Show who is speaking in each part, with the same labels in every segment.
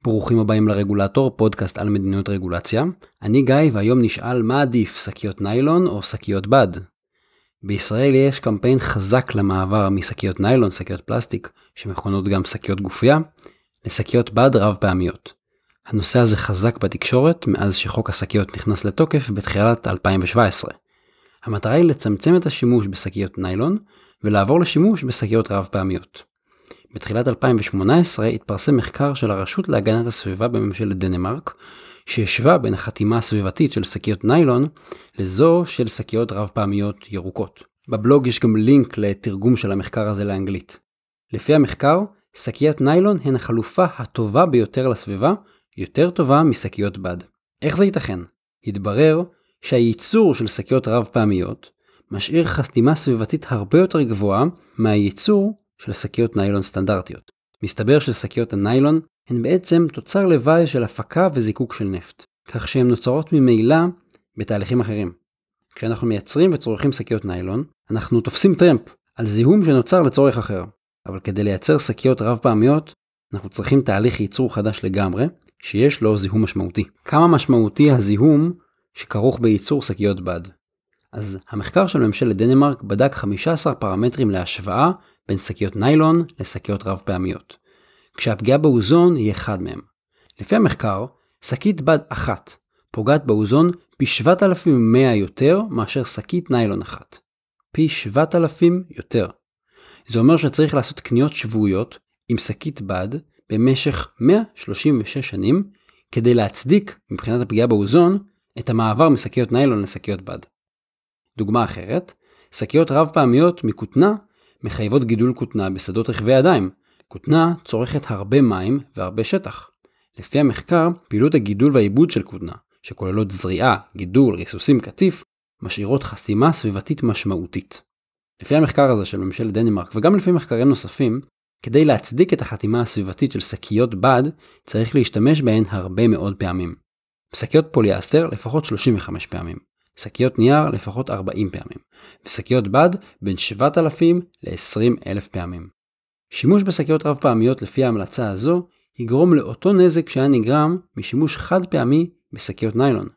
Speaker 1: ברוכים הבאים לרגולטור, פודקאסט על מדיניות רגולציה. אני גיא, והיום נשאל מה עדיף, שקיות ניילון או שקיות בד. בישראל יש קמפיין חזק למעבר משקיות ניילון, שקיות פלסטיק, שמכונות גם שקיות גופייה, לשקיות בד רב פעמיות. הנושא הזה חזק בתקשורת מאז שחוק השקיות נכנס לתוקף בתחילת 2017. המטרה היא לצמצם את השימוש בשקיות ניילון ולעבור לשימוש בשקיות רב פעמיות. בתחילת 2018 התפרסם מחקר של הרשות להגנת הסביבה בממשלת דנמרק, שהשווה בין החתימה הסביבתית של שקיות ניילון לזו של שקיות רב פעמיות ירוקות. בבלוג יש גם לינק לתרגום של המחקר הזה לאנגלית. לפי המחקר, שקיות ניילון הן החלופה הטובה ביותר לסביבה, יותר טובה משקיות בד. איך זה ייתכן? התברר שהייצור של שקיות רב פעמיות משאיר חתימה סביבתית הרבה יותר גבוהה מהייצור של שקיות ניילון סטנדרטיות. מסתבר ששקיות הניילון הן בעצם תוצר לוואי של הפקה וזיקוק של נפט, כך שהן נוצרות ממילא בתהליכים אחרים. כשאנחנו מייצרים וצורכים שקיות ניילון, אנחנו תופסים טרמפ על זיהום שנוצר לצורך אחר. אבל כדי לייצר שקיות רב פעמיות, אנחנו צריכים תהליך ייצור חדש לגמרי, שיש לו זיהום משמעותי. כמה משמעותי הזיהום שכרוך בייצור שקיות בד? אז המחקר של ממשלת דנמרק בדק 15 פרמטרים להשוואה בין שקיות ניילון לשקיות רב פעמיות, כשהפגיעה באוזון היא אחד מהם. לפי המחקר, שקית בד אחת פוגעת באוזון פי 7,100 יותר מאשר שקית ניילון אחת. פי 7,000 יותר. זה אומר שצריך לעשות קניות שבועיות עם שקית בד במשך 136 שנים, כדי להצדיק מבחינת הפגיעה באוזון את המעבר משקיות ניילון לשקיות בד. דוגמה אחרת, שקיות רב פעמיות מכותנה מחייבות גידול כותנה בשדות רכבי ידיים. כותנה צורכת הרבה מים והרבה שטח. לפי המחקר, פעילות הגידול והעיבוד של כותנה, שכוללות זריעה, גידול, ריסוסים, קטיף, משאירות חסימה סביבתית משמעותית. לפי המחקר הזה של ממשלת דנמרק, וגם לפי מחקרים נוספים, כדי להצדיק את החתימה הסביבתית של שקיות בד, צריך להשתמש בהן הרבה מאוד פעמים. בשקיות פוליאסטר לפחות 35 פעמים. שקיות נייר לפחות 40 פעמים, ושקיות בד בין 7,000 ל-20,000 פעמים. שימוש בשקיות רב פעמיות לפי ההמלצה הזו יגרום לאותו נזק שהיה נגרם משימוש חד פעמי בשקיות ניילון.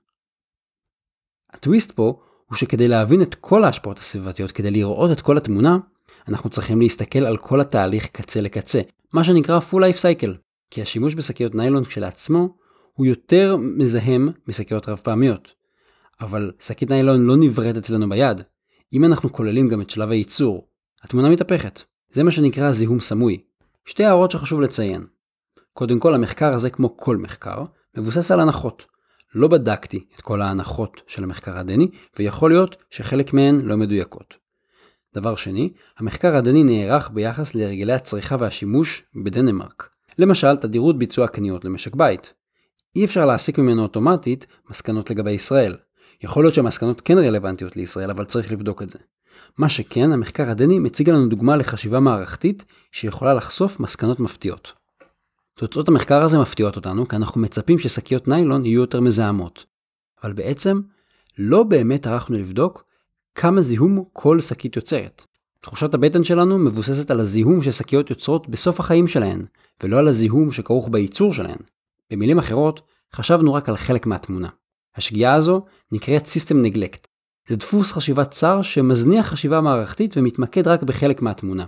Speaker 1: הטוויסט פה הוא שכדי להבין את כל ההשפעות הסביבתיות, כדי לראות את כל התמונה, אנחנו צריכים להסתכל על כל התהליך קצה לקצה, מה שנקרא full life cycle, כי השימוש בשקיות ניילון כשלעצמו הוא יותר מזהם משקיות רב פעמיות. אבל שקית ניילון לא נבראת אצלנו ביד. אם אנחנו כוללים גם את שלב הייצור, התמונה מתהפכת. זה מה שנקרא זיהום סמוי. שתי הערות שחשוב לציין. קודם כל, המחקר הזה, כמו כל מחקר, מבוסס על הנחות. לא בדקתי את כל ההנחות של המחקר הדני, ויכול להיות שחלק מהן לא מדויקות. דבר שני, המחקר הדני נערך ביחס להרגלי הצריכה והשימוש בדנמרק. למשל, תדירות ביצוע קניות למשק בית. אי אפשר להסיק ממנו אוטומטית מסקנות לגבי ישראל. יכול להיות שהמסקנות כן רלוונטיות לישראל, אבל צריך לבדוק את זה. מה שכן, המחקר הדני מציג לנו דוגמה לחשיבה מערכתית שיכולה לחשוף מסקנות מפתיעות. תוצאות המחקר הזה מפתיעות אותנו, כי אנחנו מצפים ששקיות ניילון יהיו יותר מזהמות. אבל בעצם, לא באמת ערכנו לבדוק כמה זיהום כל שקית יוצרת. תחושת הבטן שלנו מבוססת על הזיהום ששקיות יוצרות בסוף החיים שלהן, ולא על הזיהום שכרוך בייצור שלהן. במילים אחרות, חשבנו רק על חלק מהתמונה. השגיאה הזו נקראת System Neglect. זה דפוס חשיבה צר שמזניח חשיבה מערכתית ומתמקד רק בחלק מהתמונה.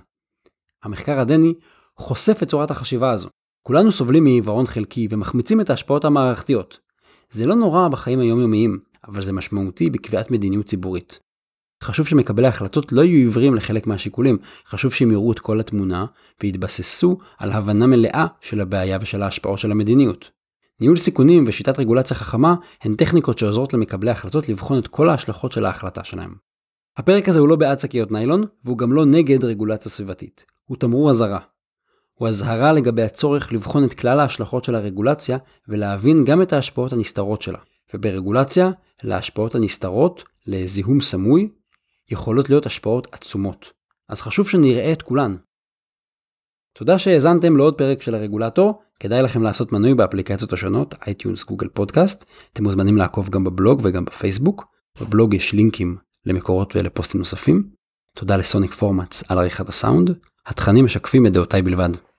Speaker 1: המחקר הדני חושף את צורת החשיבה הזו. כולנו סובלים מעיוורון חלקי ומחמיצים את ההשפעות המערכתיות. זה לא נורא בחיים היומיומיים, אבל זה משמעותי בקביעת מדיניות ציבורית. חשוב שמקבלי ההחלטות לא יהיו עיוורים לחלק מהשיקולים, חשוב שהם יראו את כל התמונה והתבססו על הבנה מלאה של הבעיה ושל ההשפעות של המדיניות. ניהול סיכונים ושיטת רגולציה חכמה הן טכניקות שעוזרות למקבלי ההחלטות לבחון את כל ההשלכות של ההחלטה שלהם. הפרק הזה הוא לא בעד שקיות ניילון, והוא גם לא נגד רגולציה סביבתית. הוא תמרור אזהרה. הוא אזהרה לגבי הצורך לבחון את כלל ההשלכות של הרגולציה ולהבין גם את ההשפעות הנסתרות שלה. וברגולציה, להשפעות הנסתרות, לזיהום סמוי, יכולות להיות השפעות עצומות. אז חשוב שנראה את כולן. תודה שהאזנתם לעוד פרק של הרגולטור. כדאי לכם לעשות מנוי באפליקציות השונות, iTunes, גוגל פודקאסט. אתם מוזמנים לעקוב גם בבלוג וגם בפייסבוק. בבלוג יש לינקים למקורות ולפוסטים נוספים. תודה לסוניק פורמטס על עריכת הסאונד. התכנים משקפים את דעותיי בלבד.